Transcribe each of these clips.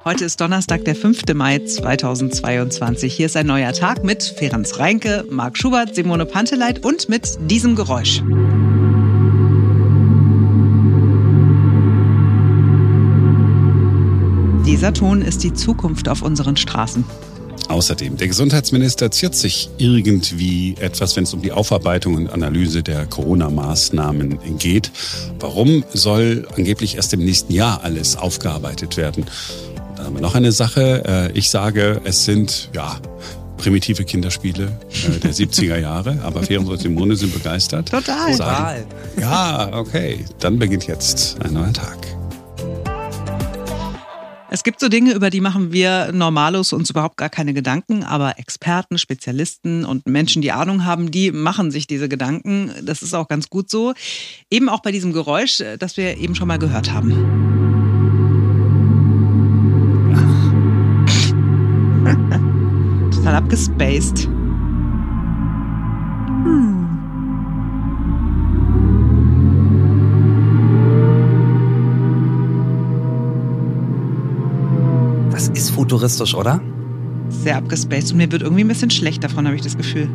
Heute ist Donnerstag, der 5. Mai 2022. Hier ist ein neuer Tag mit Ferenc Reinke, Marc Schubert, Simone Panteleit und mit diesem Geräusch. Dieser Ton ist die Zukunft auf unseren Straßen. Außerdem, der Gesundheitsminister ziert sich irgendwie etwas, wenn es um die Aufarbeitung und Analyse der Corona-Maßnahmen geht. Warum soll angeblich erst im nächsten Jahr alles aufgearbeitet werden? Dann haben wir noch eine Sache. Ich sage, es sind primitive Kinderspiele der 70er Jahre, aber Ferenc und Simone sind begeistert. Total. Ja, okay. Dann beginnt jetzt ein neuer Tag. Es gibt so Dinge, über die machen wir Normalos uns überhaupt gar keine Gedanken, aber Experten, Spezialisten und Menschen, die Ahnung haben, die machen sich diese Gedanken. Das ist auch ganz gut so. Eben auch bei diesem Geräusch, das wir eben schon mal gehört haben. Total abgespaced. Das ist futuristisch, oder? Sehr abgespaced und mir wird irgendwie ein bisschen schlecht davon, habe ich das Gefühl.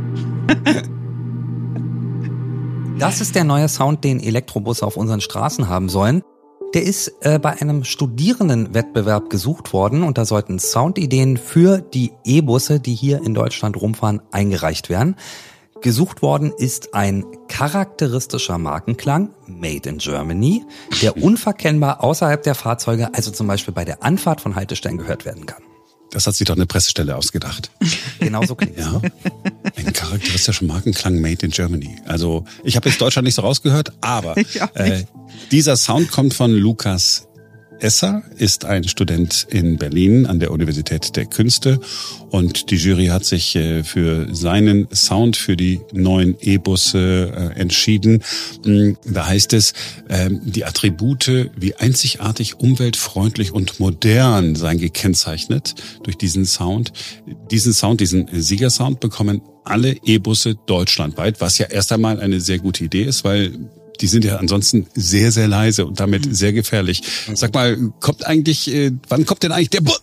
Das ist der neue Sound, den Elektrobusse auf unseren Straßen haben sollen. Der ist bei einem Studierendenwettbewerb gesucht worden und da sollten Soundideen für die E-Busse, die hier in Deutschland rumfahren, eingereicht werden. Gesucht worden ist ein charakteristischer Markenklang, made in Germany, der unverkennbar außerhalb der Fahrzeuge, also zum Beispiel bei der Anfahrt von Haltestellen, gehört werden kann. Das hat sich doch eine Pressestelle ausgedacht. Genau so klingt es. Ja, ein charakteristischer Markenklang made in Germany. Also ich habe jetzt Deutschland nicht so rausgehört, aber dieser Sound kommt von Lukas Esser, ist ein Student in Berlin an der Universität der Künste und die Jury hat sich für seinen Sound für die neuen E-Busse entschieden. Da heißt es, die Attribute wie einzigartig, umweltfreundlich und modern seien gekennzeichnet durch diesen Sound. Diesen Siegersound bekommen alle E-Busse deutschlandweit, was ja erst einmal eine sehr gute Idee ist, weil die sind ja ansonsten sehr, sehr leise und damit sehr gefährlich. Sag mal, wann kommt denn eigentlich der Bus?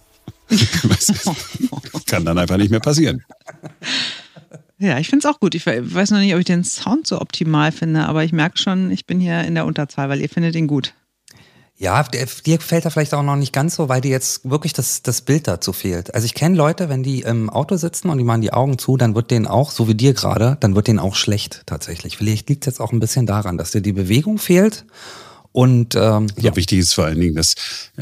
Kann dann einfach nicht mehr passieren. Ja, ich finde es auch gut. Ich weiß noch nicht, ob ich den Sound so optimal finde, aber ich merke schon, ich bin hier in der Unterzahl, weil ihr findet ihn gut. Ja, dir gefällt er vielleicht auch noch nicht ganz so, weil dir jetzt wirklich das Bild dazu fehlt. Also ich kenne Leute, wenn die im Auto sitzen und die machen die Augen zu, dann wird denen auch, so wie dir gerade, dann wird denen auch schlecht tatsächlich. Vielleicht liegt es jetzt auch ein bisschen daran, dass dir die Bewegung fehlt. Und wichtig ist vor allen Dingen, dass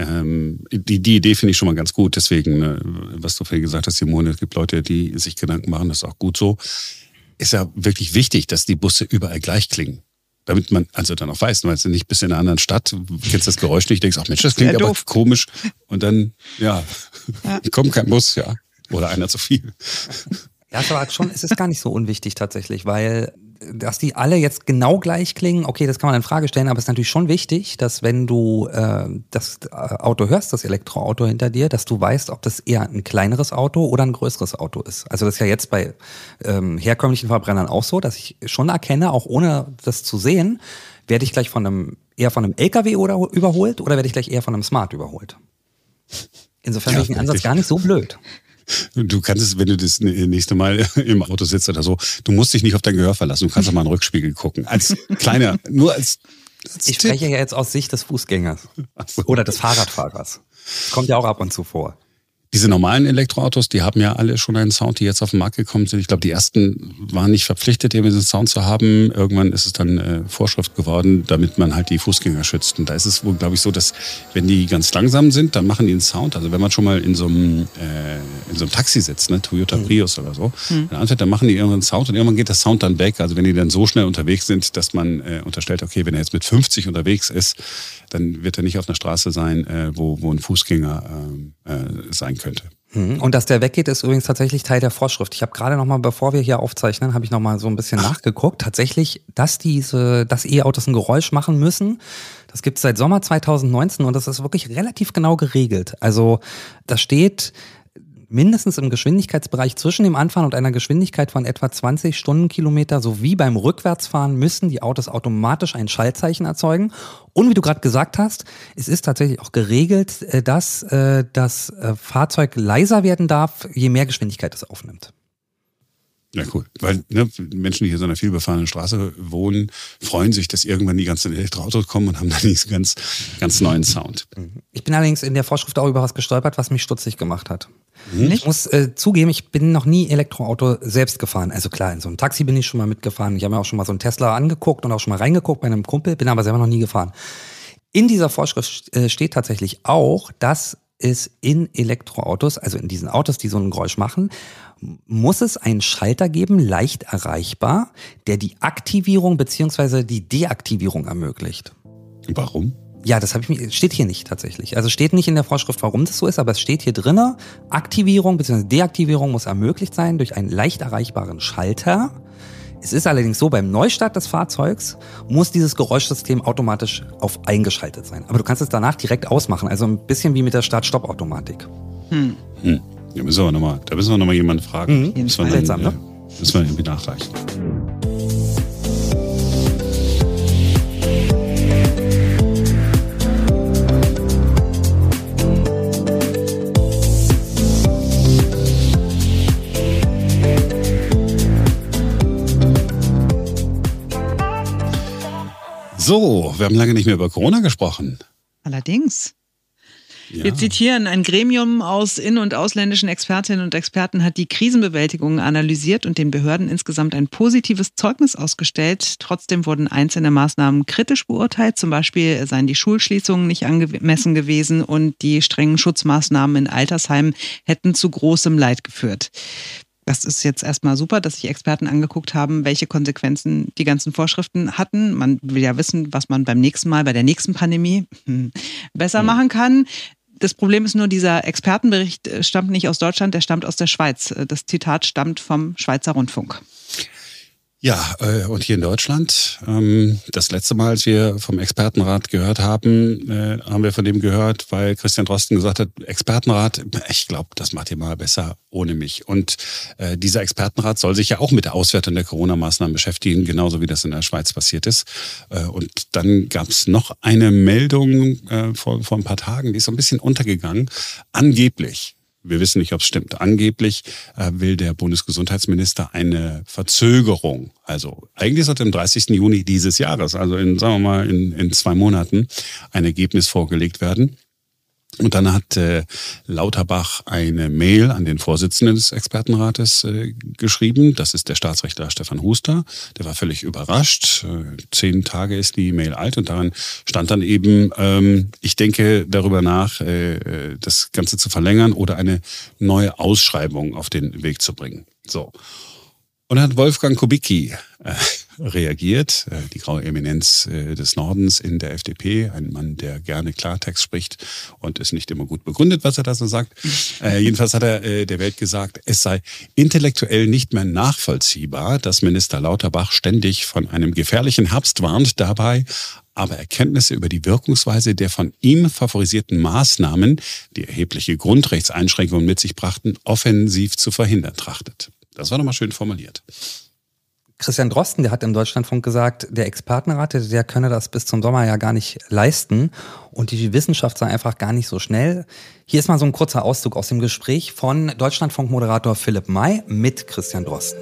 die Idee finde ich schon mal ganz gut. Deswegen, was du vorhin gesagt hast, Simone, es gibt Leute, die sich Gedanken machen, das ist auch gut so. Ist ja wirklich wichtig, dass die Busse überall gleich klingen. Damit man also dann auch weiß, weil du nicht bist in einer anderen Stadt, kennst das Geräusch nicht, denkst, ach Mensch, das klingt aber komisch. Und dann, kommt kein Bus, oder einer zu viel. Ja, aber schon, es ist gar nicht so unwichtig tatsächlich, weil dass die alle jetzt genau gleich klingen, okay, das kann man in Frage stellen, aber es ist natürlich schon wichtig, dass wenn du das Auto hörst, das Elektroauto hinter dir, dass du weißt, ob das eher ein kleineres Auto oder ein größeres Auto ist. Also das ist ja jetzt bei herkömmlichen Verbrennern auch so, dass ich schon erkenne, auch ohne das zu sehen, werde ich gleich eher von einem LKW überholt oder werde ich gleich eher von einem Smart überholt. Insofern finde ich den Ansatz gar nicht so blöd. Du kannst es, wenn du das nächste Mal im Auto sitzt oder so, du musst dich nicht auf dein Gehör verlassen. Du kannst auch mal in den Rückspiegel gucken. Als kleiner, nur als ich spreche ja jetzt aus Sicht des Fußgängers oder des Fahrradfahrers. Kommt ja auch ab und zu vor. Diese normalen Elektroautos, die haben ja alle schon einen Sound, die jetzt auf den Markt gekommen sind. Ich glaube, die ersten waren nicht verpflichtet, eben diesen Sound zu haben. Irgendwann ist es dann Vorschrift geworden, damit man halt die Fußgänger schützt. Und da ist es wohl, glaube ich, so, dass wenn die ganz langsam sind, dann machen die einen Sound. Also wenn man schon mal in so einem Taxi sitzt, ne, Toyota Prius oder so, dann machen die irgendeinen Sound und irgendwann geht der Sound dann weg. Also wenn die dann so schnell unterwegs sind, dass man unterstellt, okay, wenn er jetzt mit 50 unterwegs ist, dann wird er nicht auf einer Straße sein, wo ein Fußgänger sein könnte. Und dass der weggeht, ist übrigens tatsächlich Teil der Vorschrift. Ich habe gerade noch mal, bevor wir hier aufzeichnen, habe ich noch mal so ein bisschen nachgeguckt. Tatsächlich, dass E-Autos ein Geräusch machen müssen, das gibt es seit Sommer 2019 und das ist wirklich relativ genau geregelt. Also da steht, mindestens im Geschwindigkeitsbereich zwischen dem Anfahren und einer Geschwindigkeit von etwa 20 Stundenkilometer sowie beim Rückwärtsfahren müssen die Autos automatisch ein Schaltzeichen erzeugen. Und wie du gerade gesagt hast, es ist tatsächlich auch geregelt, dass das Fahrzeug leiser werden darf, je mehr Geschwindigkeit es aufnimmt. Ja, cool. Weil Menschen, die hier so einer vielbefahrenen Straße wohnen, freuen sich, dass irgendwann die ganzen Elektroautos kommen und haben dann diesen ganz neuen Sound. Ich bin allerdings in der Vorschrift auch über was gestolpert, was mich stutzig gemacht hat. Ich muss zugeben, ich bin noch nie Elektroauto selbst gefahren. Also klar, in so einem Taxi bin ich schon mal mitgefahren. Ich habe mir auch schon mal so einen Tesla angeguckt und auch schon mal reingeguckt bei einem Kumpel, bin aber selber noch nie gefahren. In dieser Vorschrift steht tatsächlich auch, dass es in Elektroautos, also in diesen Autos, die so ein Geräusch machen, muss es einen Schalter geben, leicht erreichbar, der die Aktivierung bzw. die Deaktivierung ermöglicht. Warum? Ja, steht hier nicht tatsächlich. Also steht nicht in der Vorschrift, warum das so ist, aber es steht hier drinne, Aktivierung bzw. Deaktivierung muss ermöglicht sein durch einen leicht erreichbaren Schalter. Es ist allerdings so, beim Neustart des Fahrzeugs muss dieses Geräuschsystem automatisch auf eingeschaltet sein. Aber du kannst es danach direkt ausmachen, also ein bisschen wie mit der Start-Stopp-Automatik. Da müssen wir noch mal jemanden fragen. Müssen wir irgendwie nachreichen. So, wir haben lange nicht mehr über Corona gesprochen. Allerdings. Ja. Wir zitieren, ein Gremium aus in- und ausländischen Expertinnen und Experten hat die Krisenbewältigung analysiert und den Behörden insgesamt ein positives Zeugnis ausgestellt. Trotzdem wurden einzelne Maßnahmen kritisch beurteilt. Zum Beispiel seien die Schulschließungen nicht angemessen gewesen und die strengen Schutzmaßnahmen in Altersheimen hätten zu großem Leid geführt. Das ist jetzt erstmal super, dass sich Experten angeguckt haben, welche Konsequenzen die ganzen Vorschriften hatten. Man will ja wissen, was man beim nächsten Mal, bei der nächsten Pandemie besser machen kann. Das Problem ist nur, dieser Expertenbericht stammt nicht aus Deutschland, der stammt aus der Schweiz. Das Zitat stammt vom Schweizer Rundfunk. Ja, und hier in Deutschland, das letzte Mal, als wir vom Expertenrat gehört haben, haben wir von dem gehört, weil Christian Drosten gesagt hat, Expertenrat, ich glaube, das macht ihr mal besser ohne mich. Und dieser Expertenrat soll sich ja auch mit der Auswertung der Corona-Maßnahmen beschäftigen, genauso wie das in der Schweiz passiert ist. Und dann gab es noch eine Meldung vor ein paar Tagen, die ist so ein bisschen untergegangen. Angeblich, wir wissen nicht, ob es stimmt. Angeblich will der Bundesgesundheitsminister eine Verzögerung. Also eigentlich sollte am 30. Juni dieses Jahres, also in 2 Monaten, ein Ergebnis vorgelegt werden. Und dann hat Lauterbach eine Mail an den Vorsitzenden des Expertenrates geschrieben. Das ist der Staatsrechtler Stefan Huster. Der war völlig überrascht. 10 Tage ist die Mail alt und daran stand dann eben, ich denke darüber nach, das Ganze zu verlängern oder eine neue Ausschreibung auf den Weg zu bringen. So. Und dann hat Wolfgang Kubicki reagiert, die graue Eminenz des Nordens in der FDP, ein Mann, der gerne Klartext spricht und ist nicht immer gut begründet, was er da so sagt. Jedenfalls hat er der Welt gesagt, es sei intellektuell nicht mehr nachvollziehbar, dass Minister Lauterbach ständig von einem gefährlichen Herbst warnt, dabei aber Erkenntnisse über die Wirkungsweise der von ihm favorisierten Maßnahmen, die erhebliche Grundrechtseinschränkungen mit sich brachten, offensiv zu verhindern trachtet. Das war nochmal schön formuliert. Christian Drosten, der hat im Deutschlandfunk gesagt, der Expertenrat, der könne das bis zum Sommer ja gar nicht leisten und die Wissenschaft sei einfach gar nicht so schnell. Hier ist mal so ein kurzer Auszug aus dem Gespräch von Deutschlandfunk-Moderator Philipp May mit Christian Drosten.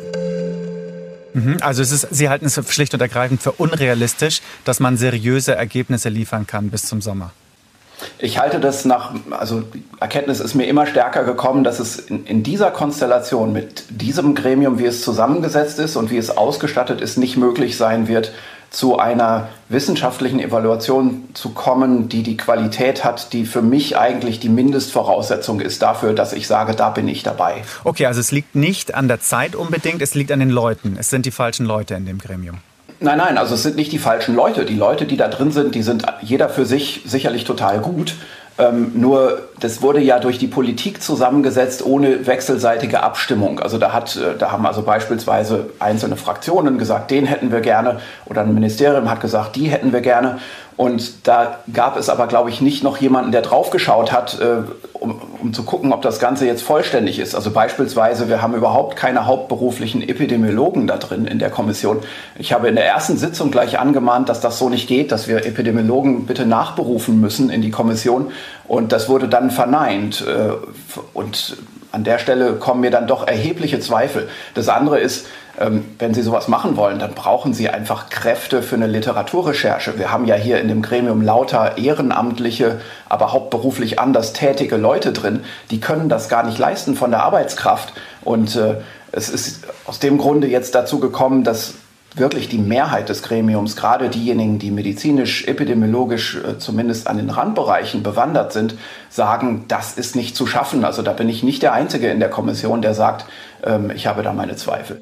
Also Sie halten es schlicht und ergreifend für unrealistisch, dass man seriöse Ergebnisse liefern kann bis zum Sommer. Ich halte das die Erkenntnis ist mir immer stärker gekommen, dass es in dieser Konstellation mit diesem Gremium, wie es zusammengesetzt ist und wie es ausgestattet ist, nicht möglich sein wird, zu einer wissenschaftlichen Evaluation zu kommen, die die Qualität hat, die für mich eigentlich die Mindestvoraussetzung ist dafür, dass ich sage, da bin ich dabei. Okay, also es liegt nicht an der Zeit unbedingt, es liegt an den Leuten. Es sind die falschen Leute in dem Gremium. Nein, also es sind nicht die falschen Leute. Die Leute, die da drin sind, die sind jeder für sich sicherlich total gut. Nur das wurde ja durch die Politik zusammengesetzt ohne wechselseitige Abstimmung. Also da haben also beispielsweise einzelne Fraktionen gesagt, den hätten wir gerne, oder ein Ministerium hat gesagt, die hätten wir gerne. Und da gab es aber, glaube ich, nicht noch jemanden, der draufgeschaut hat um zu gucken, ob das Ganze jetzt vollständig ist. Also beispielsweise, wir haben überhaupt keine hauptberuflichen Epidemiologen da drin in der Kommission. Ich habe in der ersten Sitzung gleich angemahnt, dass das so nicht geht, dass wir Epidemiologen bitte nachberufen müssen in die Kommission. Und das wurde dann verneint. Und an der Stelle kommen mir dann doch erhebliche Zweifel. Das andere ist, wenn Sie sowas machen wollen, dann brauchen Sie einfach Kräfte für eine Literaturrecherche. Wir haben ja hier in dem Gremium lauter ehrenamtliche, aber hauptberuflich anders tätige Leute drin. Die können das gar nicht leisten von der Arbeitskraft. Und es ist aus dem Grunde jetzt dazu gekommen, dass wirklich die Mehrheit des Gremiums, gerade diejenigen, die medizinisch, epidemiologisch zumindest an den Randbereichen bewandert sind, sagen, das ist nicht zu schaffen. Also da bin ich nicht der Einzige in der Kommission, der sagt, ich habe da meine Zweifel.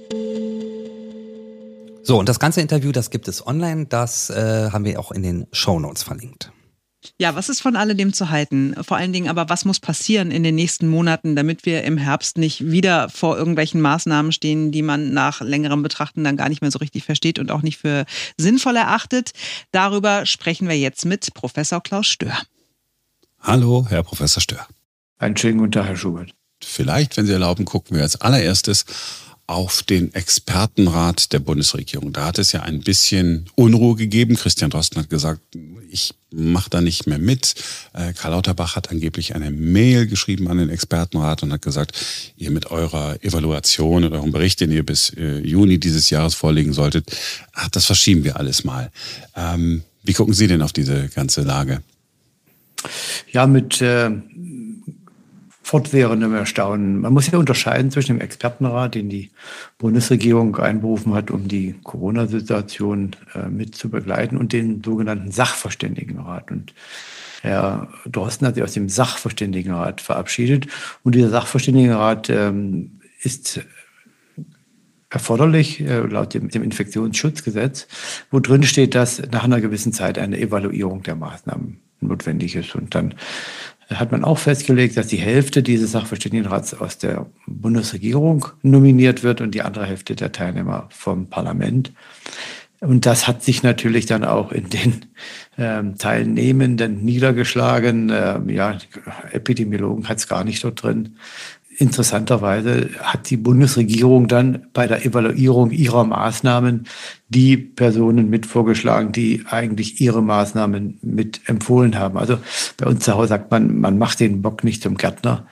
So, und das ganze Interview, das gibt es online, das haben wir auch in den Shownotes verlinkt. Ja, was ist von alledem zu halten? Vor allen Dingen aber, was muss passieren in den nächsten Monaten, damit wir im Herbst nicht wieder vor irgendwelchen Maßnahmen stehen, die man nach längerem Betrachten dann gar nicht mehr so richtig versteht und auch nicht für sinnvoll erachtet? Darüber sprechen wir jetzt mit Professor Klaus Stör. Hallo, Herr Professor Stör. Einen schönen guten Tag, Herr Schubert. Vielleicht, wenn Sie erlauben, gucken wir als allererstes auf den Expertenrat der Bundesregierung. Da hat es ja ein bisschen Unruhe gegeben. Christian Drosten hat gesagt, ich mache da nicht mehr mit. Karl Lauterbach hat angeblich eine Mail geschrieben an den Expertenrat und hat gesagt, ihr mit eurer Evaluation und eurem Bericht, den ihr bis Juni dieses Jahres vorlegen solltet, das verschieben wir alles mal. Wie gucken Sie denn auf diese ganze Lage? Ja, mit fortwährendem Erstaunen. Man muss ja unterscheiden zwischen dem Expertenrat, den die Bundesregierung einberufen hat, um die Corona-Situation mit zu begleiten, und den sogenannten Sachverständigenrat. Und Herr Drosten hat sich aus dem Sachverständigenrat verabschiedet. Und dieser Sachverständigenrat ist erforderlich, laut dem Infektionsschutzgesetz, wo drin steht, dass nach einer gewissen Zeit eine Evaluierung der Maßnahmen notwendig ist. Und dann hat man auch festgelegt, dass die Hälfte dieses Sachverständigenrats aus der Bundesregierung nominiert wird und die andere Hälfte der Teilnehmer vom Parlament. Und das hat sich natürlich dann auch in den Teilnehmenden niedergeschlagen. Epidemiologen hat es gar nicht dort drin. Interessanterweise hat die Bundesregierung dann bei der Evaluierung ihrer Maßnahmen die Personen mit vorgeschlagen, die eigentlich ihre Maßnahmen mit empfohlen haben. Also bei uns zu Hause sagt man macht den Bock nicht zum Gärtner.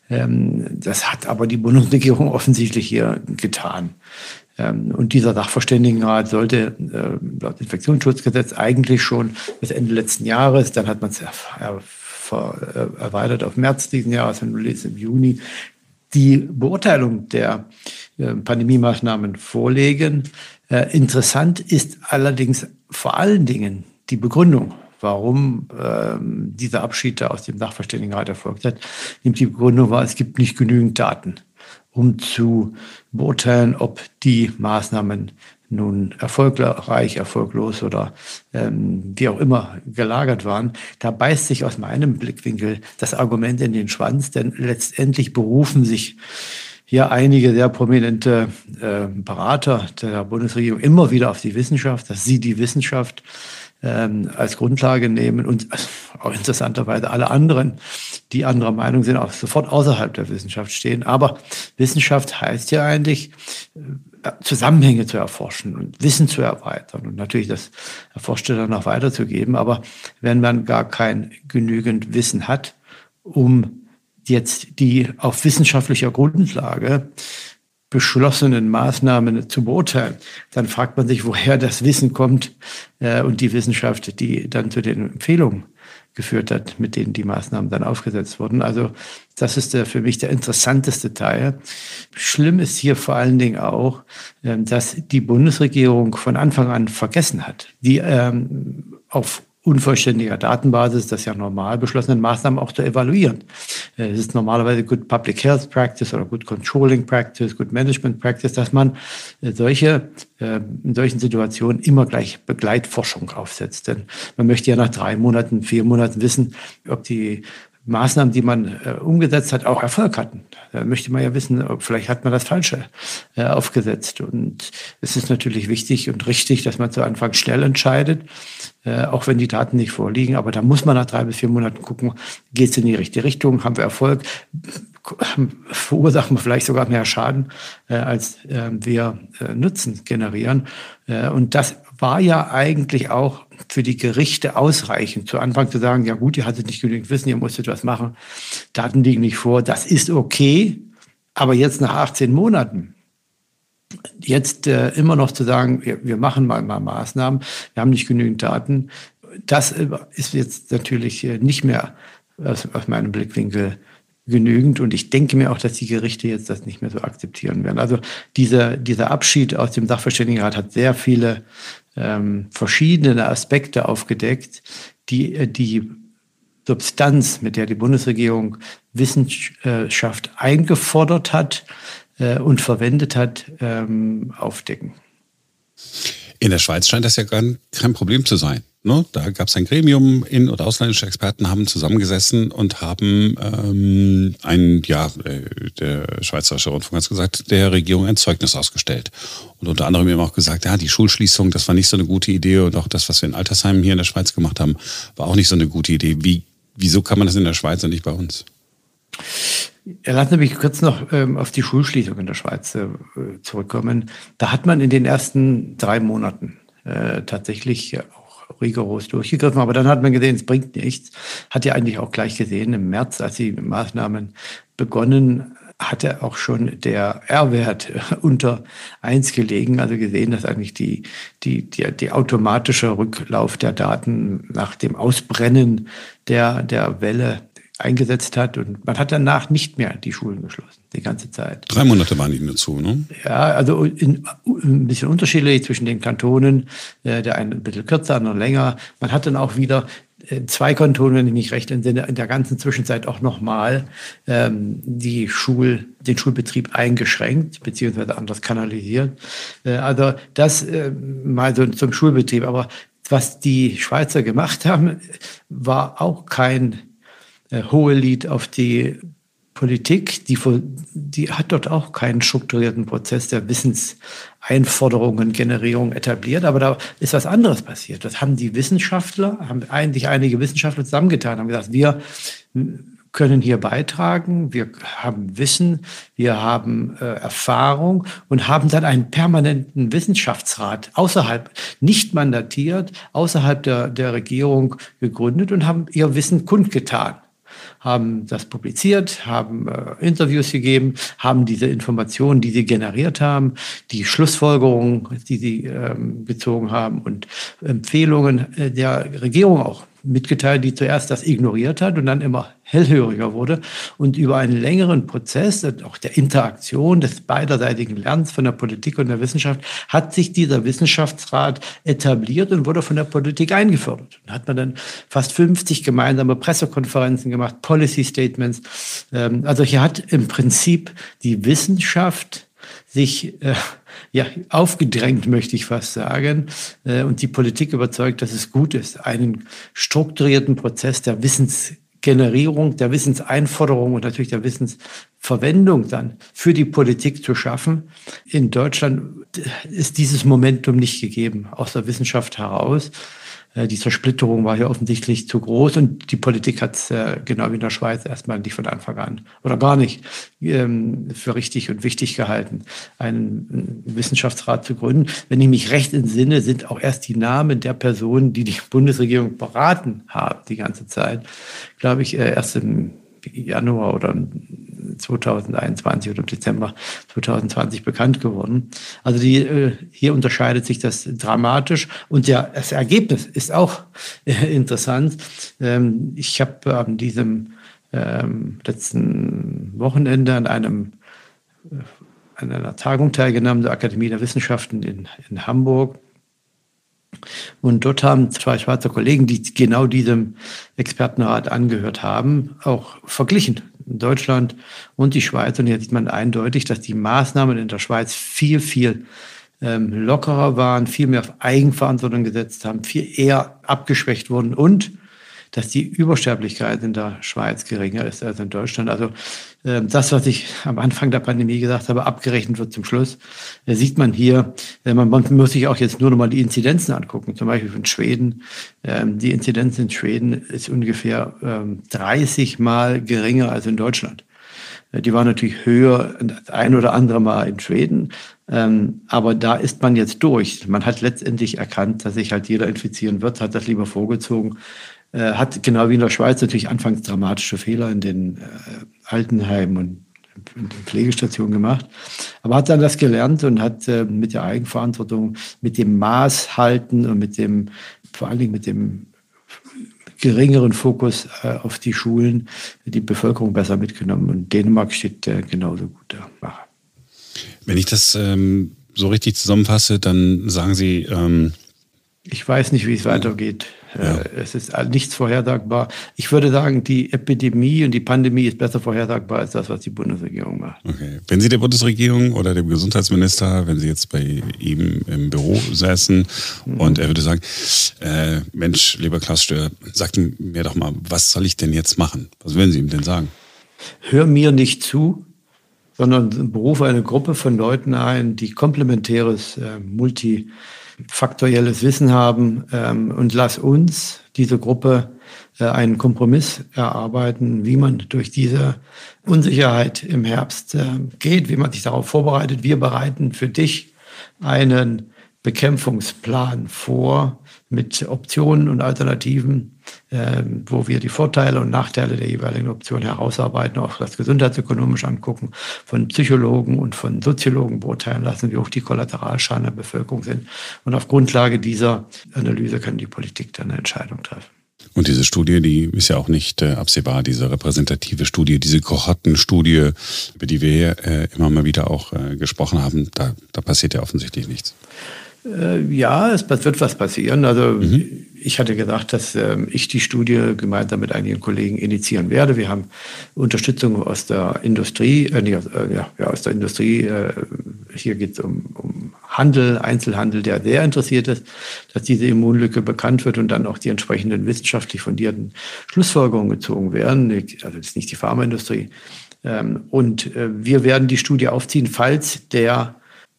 Das hat aber die Bundesregierung offensichtlich hier getan. Und dieser Sachverständigenrat sollte laut Infektionsschutzgesetz eigentlich schon bis Ende letzten Jahres, dann hat man es erweitert auf März diesen Jahres, wenn du liest, im Juni, die Beurteilung der Pandemie-Maßnahmen vorlegen. Interessant ist allerdings vor allen Dingen die Begründung, warum dieser Abschied da aus dem Sachverständigenrat erfolgt hat. Die Begründung war, es gibt nicht genügend Daten, um zu beurteilen, ob die Maßnahmen nun erfolgreich, erfolglos oder wie auch immer gelagert waren. Da beißt sich aus meinem Blickwinkel das Argument in den Schwanz, denn letztendlich berufen sich hier einige sehr prominente Berater der Bundesregierung immer wieder auf die Wissenschaft, dass sie die Wissenschaft als Grundlage nehmen und auch interessanterweise alle anderen, die anderer Meinung sind, auch sofort außerhalb der Wissenschaft stehen. Aber Wissenschaft heißt ja eigentlich, Zusammenhänge zu erforschen und Wissen zu erweitern und natürlich das Erforschte dann noch weiterzugeben. Aber wenn man gar kein genügend Wissen hat, um jetzt die auf wissenschaftlicher Grundlage beschlossenen Maßnahmen zu beurteilen, dann fragt man sich, woher das Wissen kommt und die Wissenschaft, die dann zu den Empfehlungen geführt hat, mit denen die Maßnahmen dann aufgesetzt wurden. Also das ist für mich der interessanteste Teil. Schlimm ist hier vor allen Dingen auch, dass die Bundesregierung von Anfang an vergessen hat, die auf unvollständiger Datenbasis, das ja normal beschlossenen Maßnahmen auch zu evaluieren. Es ist normalerweise Good Public Health Practice oder Good Controlling Practice, Good Management Practice, dass man in solchen Situationen immer gleich Begleitforschung aufsetzt. Denn man möchte ja nach 3 Monaten, 4 Monaten wissen, ob die Maßnahmen, die man umgesetzt hat, auch Erfolg hatten. Da möchte man ja wissen, vielleicht hat man das Falsche aufgesetzt. Und es ist natürlich wichtig und richtig, dass man zu Anfang schnell entscheidet, auch wenn die Daten nicht vorliegen. Aber da muss man nach 3 bis 4 Monaten gucken, geht es in die richtige Richtung, haben wir Erfolg, verursachen wir vielleicht sogar mehr Schaden, als wir Nutzen generieren. Und das war ja eigentlich auch für die Gerichte ausreichend, zu Anfang zu sagen, ja gut, ihr hattet nicht genügend Wissen, ihr musstet was machen, Daten liegen nicht vor, das ist okay, aber jetzt nach 18 Monaten, jetzt immer noch zu sagen, wir machen mal Maßnahmen, wir haben nicht genügend Daten, das ist jetzt natürlich nicht mehr aus meinem Blickwinkel genügend. Und ich denke mir auch, dass die Gerichte jetzt das nicht mehr so akzeptieren werden. Also dieser Abschied aus dem Sachverständigenrat hat sehr viele verschiedene Aspekte aufgedeckt, die Substanz, mit der die Bundesregierung Wissenschaft eingefordert hat und verwendet hat, aufdecken. In der Schweiz scheint das ja kein Problem zu sein. Ne? Da gab es ein Gremium, in- oder ausländische Experten haben zusammengesessen und haben der Schweizerische Rundfunk hat es gesagt, der Regierung ein Zeugnis ausgestellt. Und unter anderem eben auch gesagt, ja, die Schulschließung, das war nicht so eine gute Idee und auch das, was wir in Altersheimen hier in der Schweiz gemacht haben, war auch nicht so eine gute Idee. Wieso kann man das in der Schweiz und nicht bei uns? Lassen Sie mich kurz noch auf die Schulschließung in der Schweiz zurückkommen. Da hat man in den ersten 3 Monaten tatsächlich auch rigoros durchgegriffen, aber dann hat man gesehen, es bringt nichts. Hat ja eigentlich auch gleich gesehen, im März, als die Maßnahmen begonnen, hatte auch schon der R-Wert unter 1 gelegen, also gesehen, dass eigentlich die automatische Rücklauf der Daten nach dem Ausbrennen der Welle eingesetzt hat, und man hat danach nicht mehr die Schulen geschlossen, die ganze Zeit. 3 Monate waren die nur zu, ne? Ja, also ein bisschen unterschiedlich zwischen den Kantonen, der eine ein bisschen kürzer, andere länger. Man hat dann auch wieder 2 Kantone, wenn ich mich recht entsinne, in der ganzen Zwischenzeit auch nochmal den Schulbetrieb eingeschränkt, beziehungsweise anders kanalisiert. Also das mal so zum Schulbetrieb. Aber was die Schweizer gemacht haben, war auch kein Hohelied auf die Politik, die hat dort auch keinen strukturierten Prozess der Wissenseinforderungen, Generierung etabliert, aber da ist was anderes passiert. Das haben die Wissenschaftler, haben eigentlich einige Wissenschaftler zusammengetan, haben gesagt, wir können hier beitragen, wir haben Wissen, wir haben Erfahrung und haben dann einen permanenten Wissenschaftsrat außerhalb, nicht mandatiert, außerhalb der Regierung gegründet und haben ihr Wissen kundgetan. Haben das publiziert, haben Interviews gegeben, haben diese Informationen, die sie generiert haben, die Schlussfolgerungen, die sie gezogen haben und Empfehlungen der Regierung auch mitgeteilt, die zuerst das ignoriert hat und dann immer hellhöriger wurde. Und über einen längeren Prozess, auch der Interaktion des beiderseitigen Lernens von der Politik und der Wissenschaft, hat sich dieser Wissenschaftsrat etabliert und wurde von der Politik eingefordert. Da hat man dann fast 50 gemeinsame Pressekonferenzen gemacht, Policy Statements. Also hier hat im Prinzip die Wissenschaft sich aufgedrängt, möchte ich fast sagen, und die Politik überzeugt, dass es gut ist, einen strukturierten Prozess der Wissensgenerierung, der Wissenseinforderung und natürlich der Wissensverwendung dann für die Politik zu schaffen. In Deutschland ist dieses Momentum nicht gegeben, aus der Wissenschaft heraus. Die Zersplitterung war hier offensichtlich zu groß und die Politik hat es, genau wie in der Schweiz, erstmal nicht von Anfang an oder gar nicht für richtig und wichtig gehalten, einen Wissenschaftsrat zu gründen. Wenn ich mich recht entsinne, sind auch erst die Namen der Personen, die die Bundesregierung beraten haben, die ganze Zeit, glaube ich, erst im Januar oder 2021 oder im Dezember 2020 bekannt geworden. Also hier unterscheidet sich das dramatisch und das Ergebnis ist auch interessant. Ich habe an diesem letzten Wochenende an einer Tagung teilgenommen der Akademie der Wissenschaften in Hamburg. Und dort haben 2 Schweizer Kollegen, die genau diesem Expertenrat angehört haben, auch verglichen, Deutschland und die Schweiz. Und hier sieht man eindeutig, dass die Maßnahmen in der Schweiz viel, viel lockerer waren, viel mehr auf Eigenverantwortung gesetzt haben, viel eher abgeschwächt wurden und dass die Übersterblichkeit in der Schweiz geringer ist als in Deutschland. Also das, was ich am Anfang der Pandemie gesagt habe, abgerechnet wird zum Schluss, sieht man hier. Man muss sich auch jetzt nur noch mal die Inzidenzen angucken, zum Beispiel von Schweden. Die Inzidenz in Schweden ist ungefähr 30 Mal geringer als in Deutschland. Die war natürlich höher das ein oder andere Mal in Schweden, aber da ist man jetzt durch. Man hat letztendlich erkannt, dass sich halt jeder infizieren wird, hat das lieber vorgezogen, hat genau wie in der Schweiz natürlich anfangs dramatische Fehler in den Altenheimen und in den Pflegestationen gemacht, aber hat dann das gelernt und hat mit der Eigenverantwortung, mit dem Maßhalten und vor allen Dingen mit dem geringeren Fokus auf die Schulen, die Bevölkerung besser mitgenommen. Und Dänemark steht genauso gut da. Wenn ich das so richtig zusammenfasse, dann sagen Sie... ich weiß nicht, wie es weitergeht. Ja. Es ist nichts vorhersagbar. Ich würde sagen, die Epidemie und die Pandemie ist besser vorhersagbar als das, was die Bundesregierung macht. Okay. Wenn Sie der Bundesregierung oder dem Gesundheitsminister, wenn Sie jetzt bei ihm im Büro säßen und er würde sagen, Mensch, lieber Klaus Stör, sagt mir doch mal, was soll ich denn jetzt machen? Was würden Sie ihm denn sagen? Hör mir nicht zu, sondern berufe eine Gruppe von Leuten ein, die komplementäres, multifaktorielles Wissen haben und lass uns, diese Gruppe, einen Kompromiss erarbeiten, wie man durch diese Unsicherheit im Herbst geht, wie man sich darauf vorbereitet. Wir bereiten für dich einen Bekämpfungsplan vor mit Optionen und Alternativen, wo wir die Vorteile und Nachteile der jeweiligen Option herausarbeiten, auch das gesundheitsökonomisch angucken, von Psychologen und von Soziologen beurteilen lassen, wie hoch die Kollateralschaden der Bevölkerung sind. Und auf Grundlage dieser Analyse kann die Politik dann eine Entscheidung treffen. Und diese Studie, die ist ja auch nicht absehbar, diese repräsentative Studie, diese Kohortenstudie, über die wir hier immer mal wieder auch gesprochen haben, da passiert ja offensichtlich nichts. Ja, es wird was passieren. Also ich hatte gedacht, dass ich die Studie gemeinsam mit einigen Kollegen initiieren werde. Wir haben Unterstützung aus der Industrie, aus der Industrie. Hier geht es um Handel, Einzelhandel, der sehr interessiert ist, dass diese Immunlücke bekannt wird und dann auch die entsprechenden wissenschaftlich fundierten Schlussfolgerungen gezogen werden. Also das ist nicht die Pharmaindustrie. Und wir werden die Studie aufziehen, falls der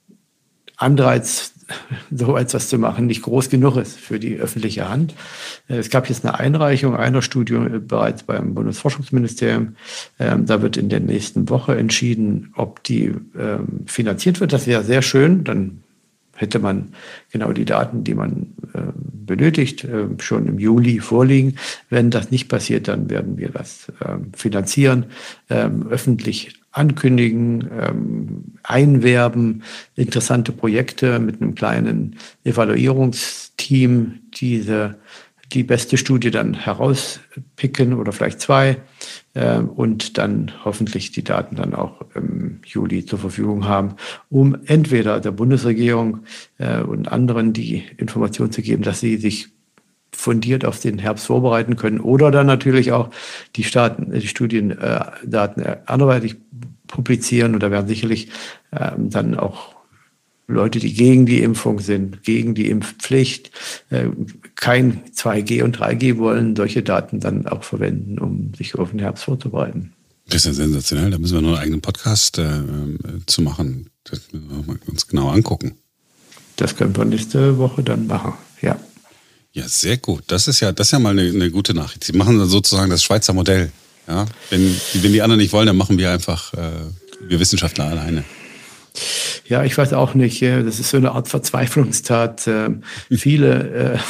Anreiz, so etwas zu machen, nicht groß genug ist für die öffentliche Hand. Es gab jetzt eine Einreichung einer Studie bereits beim Bundesforschungsministerium. Da wird in der nächsten Woche entschieden, ob die finanziert wird. Das wäre sehr schön. Dann hätte man genau die Daten, die man benötigt, schon im Juli vorliegen. Wenn das nicht passiert, dann werden wir das finanzieren, öffentlich ankündigen, einwerben, interessante Projekte mit einem kleinen Evaluierungsteam, die beste Studie dann herauspicken oder vielleicht zwei und dann hoffentlich die Daten dann auch im Juli zur Verfügung haben, um entweder der Bundesregierung und anderen die Information zu geben, dass sie sich fundiert auf den Herbst vorbereiten können oder dann natürlich auch die Studiendaten anderweitig publizieren. Und da werden sicherlich dann auch Leute, die gegen die Impfung sind, gegen die Impfpflicht, kein 2G und 3G wollen, solche Daten dann auch verwenden, um sich auf den Herbst vorzubereiten. Das ist ja sensationell. Da müssen wir noch einen eigenen Podcast zu machen. Das müssen wir uns genau angucken. Das können wir nächste Woche dann machen, ja. Ja, sehr gut. Das ist ja mal eine gute Nachricht. Sie machen sozusagen das Schweizer Modell. Ja? Wenn die anderen nicht wollen, dann machen wir einfach, wir Wissenschaftler alleine. Ja, ich weiß auch nicht. Das ist so eine Art Verzweiflungstat. Viele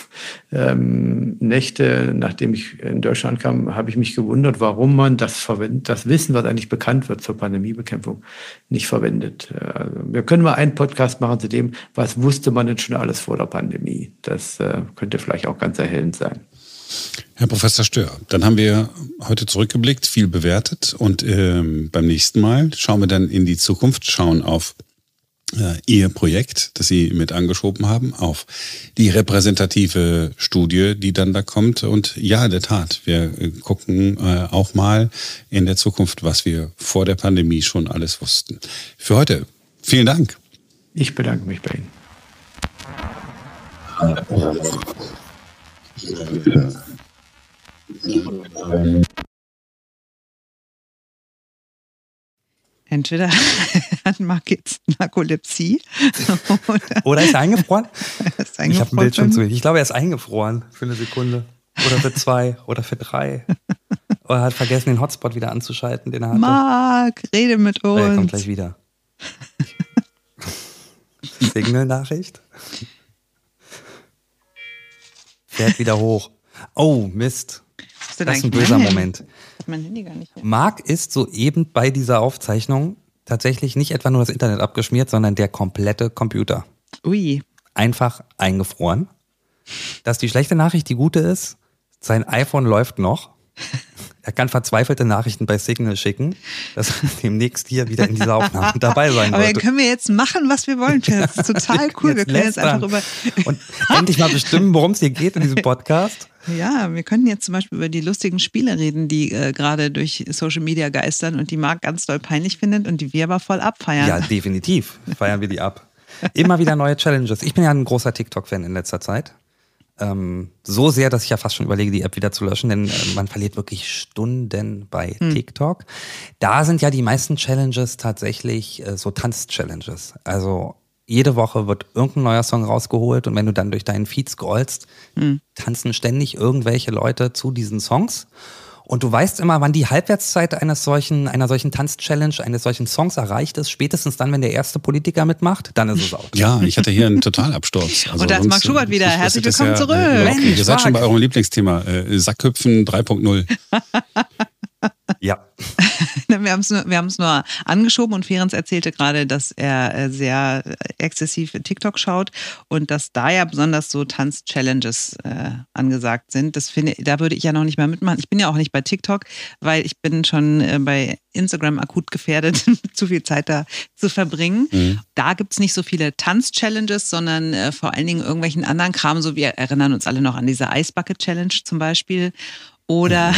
Nächte, nachdem ich in Deutschland kam, habe ich mich gewundert, warum man das Wissen, was eigentlich bekannt wird zur Pandemiebekämpfung, nicht verwendet. Also wir können mal einen Podcast machen zu dem, was wusste man denn schon alles vor der Pandemie. Das könnte vielleicht auch ganz erhellend sein. Herr Professor Stör, dann haben wir heute zurückgeblickt, viel bewertet und beim nächsten Mal schauen wir dann in die Zukunft, schauen auf Ihr Projekt, das Sie mit angeschoben haben, auf die repräsentative Studie, die dann da kommt. Und ja, in der Tat, wir gucken auch mal in der Zukunft, was wir vor der Pandemie schon alles wussten. Für heute, vielen Dank. Ich bedanke mich bei Ihnen. Entweder hat Marc jetzt Narkolepsie oder ist er eingefroren? Ich habe ein Bild schon zu. ihm. Ich glaube, er ist eingefroren für eine Sekunde. Oder für 2 oder für 3. Oder hat vergessen, den Hotspot wieder anzuschalten, den er hatte. Marc, rede mit uns. Er kommt gleich wieder. Signal-Nachricht. Fährt wieder hoch. Oh, Mist. Das ist ein böser Moment. Mein Handy gar nicht. Marc ist soeben bei dieser Aufzeichnung tatsächlich nicht etwa nur das Internet abgeschmiert, sondern der komplette Computer. Ui. Einfach eingefroren. Das ist die schlechte Nachricht. Die gute ist, sein iPhone läuft noch. Er kann verzweifelte Nachrichten bei Signal schicken, dass er demnächst hier wieder in dieser Aufnahme dabei sein Aber wird. dann können wir jetzt machen, was wir wollen. Das ist total cool. Wir können jetzt einfach über... Und endlich mal bestimmen, worum es hier geht in diesem Podcast. Ja, wir könnten jetzt zum Beispiel über die lustigen Spiele reden, die gerade durch Social Media geistern und die Marc ganz doll peinlich findet und die wir aber voll abfeiern. Ja, definitiv feiern wir die ab. Immer wieder neue Challenges. Ich bin ja ein großer TikTok-Fan in letzter Zeit. So sehr, dass ich ja fast schon überlege, die App wieder zu löschen, denn man verliert wirklich Stunden bei TikTok. Da sind ja die meisten Challenges tatsächlich so Tanz-Challenges. Also jede Woche wird irgendein neuer Song rausgeholt und wenn du dann durch deinen Feed scrollst, tanzen ständig irgendwelche Leute zu diesen Songs. Und du weißt immer, wann die Halbwertszeit einer solchen Tanz-Challenge, eines solchen Songs erreicht ist. Spätestens dann, wenn der erste Politiker mitmacht, dann ist es out. Ja, ich hatte hier einen Totalabsturz. Also und da ist Marc Schubert wieder. Herzlich willkommen zurück. Okay, ihr seid schon bei eurem Lieblingsthema. Sackhüpfen 3.0. Ja. Wir haben es nur angeschoben und Ferenc erzählte gerade, dass er sehr exzessiv TikTok schaut und dass da ja besonders so Tanz-Challenges angesagt sind. Da würde ich ja noch nicht mal mitmachen. Ich bin ja auch nicht bei TikTok, weil ich bin schon bei Instagram akut gefährdet, zu viel Zeit da zu verbringen. Da gibt es nicht so viele Tanz-Challenges, sondern vor allen Dingen irgendwelchen anderen Kram. So, wir erinnern uns alle noch an diese Ice Bucket Challenge zum Beispiel. Oder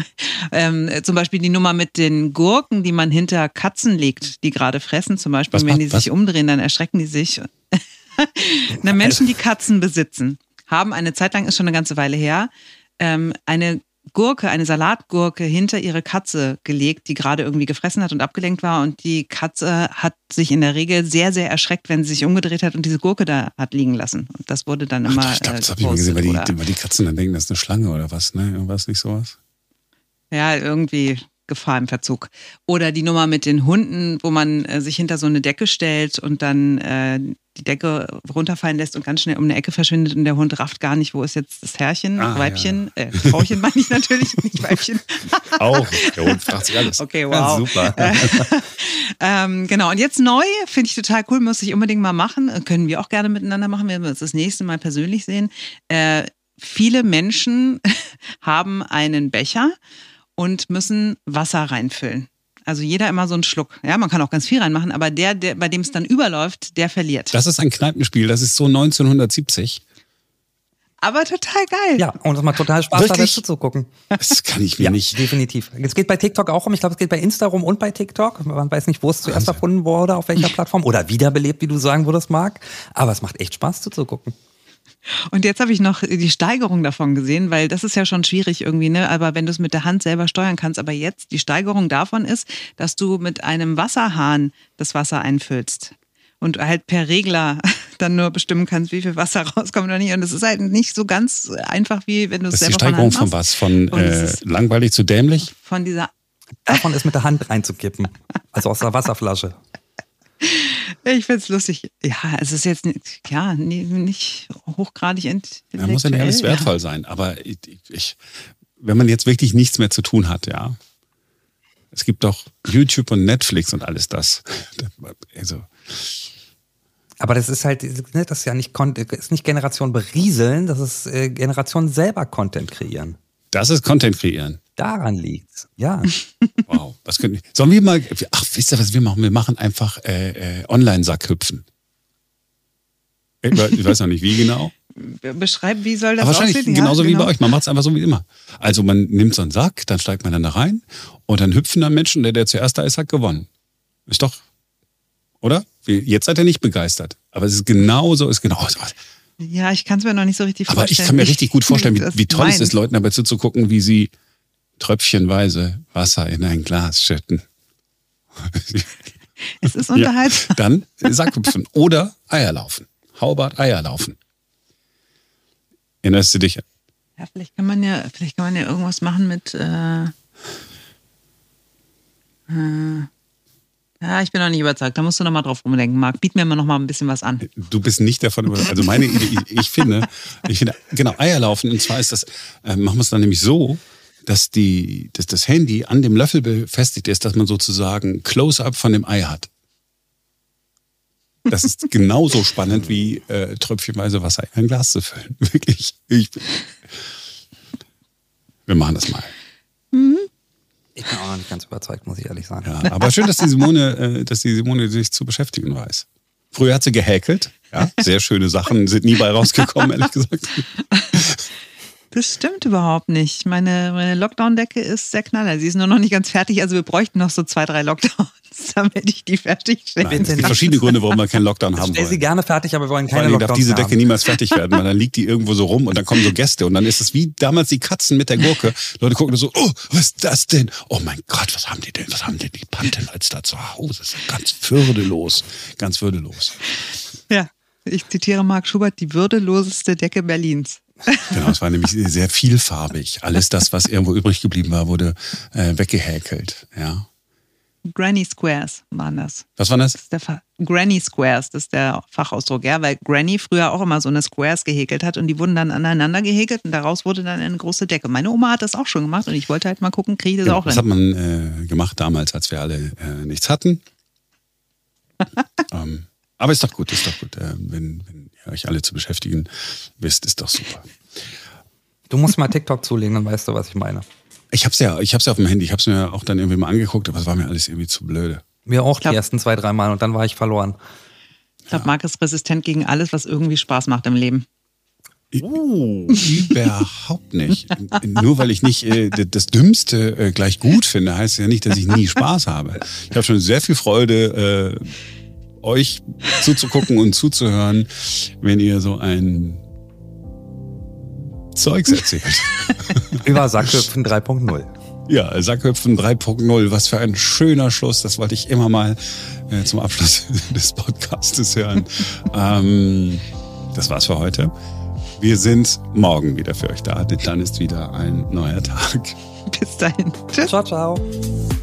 zum Beispiel die Nummer mit den Gurken, die man hinter Katzen legt, die gerade fressen. Zum Beispiel, wenn die sich umdrehen, dann erschrecken die sich. Menschen, die Katzen besitzen, haben eine Zeit lang, ist schon eine ganze Weile her, eine Salatgurke hinter ihre Katze gelegt, die gerade irgendwie gefressen hat und abgelenkt war. Und die Katze hat sich in der Regel sehr, sehr erschreckt, wenn sie sich umgedreht hat und diese Gurke da hat liegen lassen. Und das wurde dann immer ich glaube, das habe ich mal gesehen, weil die Katzen dann denken, das ist eine Schlange oder was, ne? Irgendwas, nicht sowas? Ja, irgendwie Gefahr im Verzug. Oder die Nummer mit den Hunden, wo man sich hinter so eine Decke stellt und dann die Decke runterfallen lässt und ganz schnell um eine Ecke verschwindet und der Hund rafft gar nicht, wo ist jetzt das Herrchen, Weibchen, ja. Frauchen meine ich natürlich, nicht Weibchen. Auch, der Hund fragt sich alles. Okay, wow. Super. Genau, und jetzt neu, finde ich total cool, muss ich unbedingt mal machen, können wir auch gerne miteinander machen, wenn wir uns das nächste Mal persönlich sehen. Viele Menschen haben einen Becher und müssen Wasser reinfüllen. Also jeder immer so einen Schluck. Ja, man kann auch ganz viel reinmachen, aber der bei dem es dann überläuft, der verliert. Das ist ein Kneipenspiel, das ist so 1970. Aber total geil. Ja, und es macht total Spaß, da zuzugucken. Das kann ich mir nicht. Definitiv. Es geht bei TikTok auch ich glaube, es geht bei Insta rum und bei TikTok. Man weiß nicht, wo es zuerst erfunden wurde, auf welcher Plattform. Oder wiederbelebt, wie du sagen würdest, Marc. Aber es macht echt Spaß zuzugucken. Und jetzt habe ich noch die Steigerung davon gesehen, weil das ist ja schon schwierig irgendwie, ne? Aber wenn du es mit der Hand selber steuern kannst. Aber jetzt die Steigerung davon ist, dass du mit einem Wasserhahn das Wasser einfüllst. Und halt per Regler dann nur bestimmen kannst, wie viel Wasser rauskommt oder nicht. Und das ist halt nicht so ganz einfach, wie wenn du es selber machst. Das ist die Steigerung von was? Von langweilig zu dämlich? Von dieser... Davon ist mit der Hand reinzukippen. Also aus der Wasserflasche. Ich find's lustig. Ja, es ist jetzt nicht hochgradig intellektuell. Ja, muss ja nicht alles wertvoll sein. Aber wenn man jetzt wirklich nichts mehr zu tun hat, ja. Es gibt doch YouTube und Netflix und alles das. Also. Aber das ist halt, das ist ja nicht Generation berieseln, das ist Generation selber Content kreieren. Das ist Content kreieren. Daran liegt's, ja. Wow, sollen wir mal, wisst ihr, was wir machen? Wir machen einfach Online-Sackhüpfen. Ich weiß noch nicht, wie genau. Beschreib, wie soll das aussehen? Wahrscheinlich genauso wie bei euch. Man macht es einfach so wie immer. Also man nimmt so einen Sack, dann steigt man dann da rein und dann hüpfen da Menschen, der zuerst da ist, hat gewonnen. Ist doch, oder? Jetzt seid ihr nicht begeistert. Aber es ist genauso, Ja, ich kann es mir noch nicht so richtig vorstellen. Aber ich kann mir richtig gut vorstellen, wie toll es ist, Leuten dabei zuzugucken, wie sie tröpfchenweise Wasser in ein Glas schütten. Es ist unterhaltsam. Ja, dann Sackhüpfen oder Eierlaufen. Haubart Eierlaufen. Erinnerst du dich? Ja, vielleicht kann man ja irgendwas machen mit. Ja, ich bin noch nicht überzeugt. Da musst du noch mal drauf rumdenken, Marc. Biet mir mal noch mal ein bisschen was an. Du bist nicht davon überzeugt. Also meine Idee, ich finde, genau, Eierlaufen. Und zwar ist das, machen wir es dann nämlich so, dass das Handy an dem Löffel befestigt ist, dass man sozusagen Close-up von dem Ei hat. Das ist genauso spannend wie tröpfchenweise Wasser in ein Glas zu füllen. Wirklich. Wir machen das mal. Ich bin auch noch nicht ganz überzeugt, muss ich ehrlich sagen. Ja, aber schön, dass die Simone sich zu beschäftigen weiß. Früher hat sie gehäkelt. Ja, sehr schöne Sachen sind nie bei rausgekommen, ehrlich gesagt. Das stimmt überhaupt nicht. Meine Lockdown-Decke ist sehr knaller. Sie ist nur noch nicht ganz fertig. Also wir bräuchten noch so 2, 3 Lockdowns, damit ich die fertigstelle. Nein, es gibt verschiedene Gründe, warum wir keinen Lockdown haben Stell wollen. sie gerne fertig, aber wir wollen Vor keine allem Lockdowns darf diese Decke haben. niemals fertig werden, weil dann liegt die irgendwo so rum und dann kommen so Gäste und dann ist es wie damals die Katzen mit der Gurke. Leute gucken so, oh, was ist das denn? Oh mein Gott, was haben die denn? Was haben denn die Pantelleits da zu Hause? Das ist ganz würdelos. Ganz würdelos. Ja, ich zitiere Marc Schubert, die würdeloseste Decke Berlins. Genau, es war nämlich sehr vielfarbig. Alles das, was irgendwo übrig geblieben war, wurde weggehäkelt. Ja. Granny Squares waren das. Was war das? Granny Squares, das ist der Fachausdruck, ja, weil Granny früher auch immer so eine Squares gehäkelt hat und die wurden dann aneinander gehäkelt und daraus wurde dann eine große Decke. Meine Oma hat das auch schon gemacht und ich wollte halt mal gucken, kriege ich das auch Das hin. hat man gemacht damals, als wir alle nichts hatten. Aber ist doch gut, wenn ihr euch alle zu beschäftigen wisst, ist doch super. Du musst mal TikTok zulegen, dann weißt du, was ich meine. Ich hab's ja auf dem Handy, ich hab's mir auch dann irgendwie mal angeguckt, aber es war mir alles irgendwie zu blöde. Mir auch die ersten 2, 3 Mal und dann war ich verloren. Ich glaube, Marc ist resistent gegen alles, was irgendwie Spaß macht im Leben. Überhaupt nicht. Nur weil ich nicht das Dümmste gleich gut finde, heißt ja nicht, dass ich nie Spaß habe. Ich habe schon sehr viel Freude, euch zuzugucken und zuzuhören, wenn ihr so ein Zeugs erzählt. Über Sackhüpfen 3.0. Ja, Sackhüpfen 3.0, was für ein schöner Schluss. Das wollte ich immer mal zum Abschluss des Podcastes hören. Das war's für heute. Wir sind morgen wieder für euch da. Dann ist wieder ein neuer Tag. Bis dahin. Tschüss. Ciao, ciao.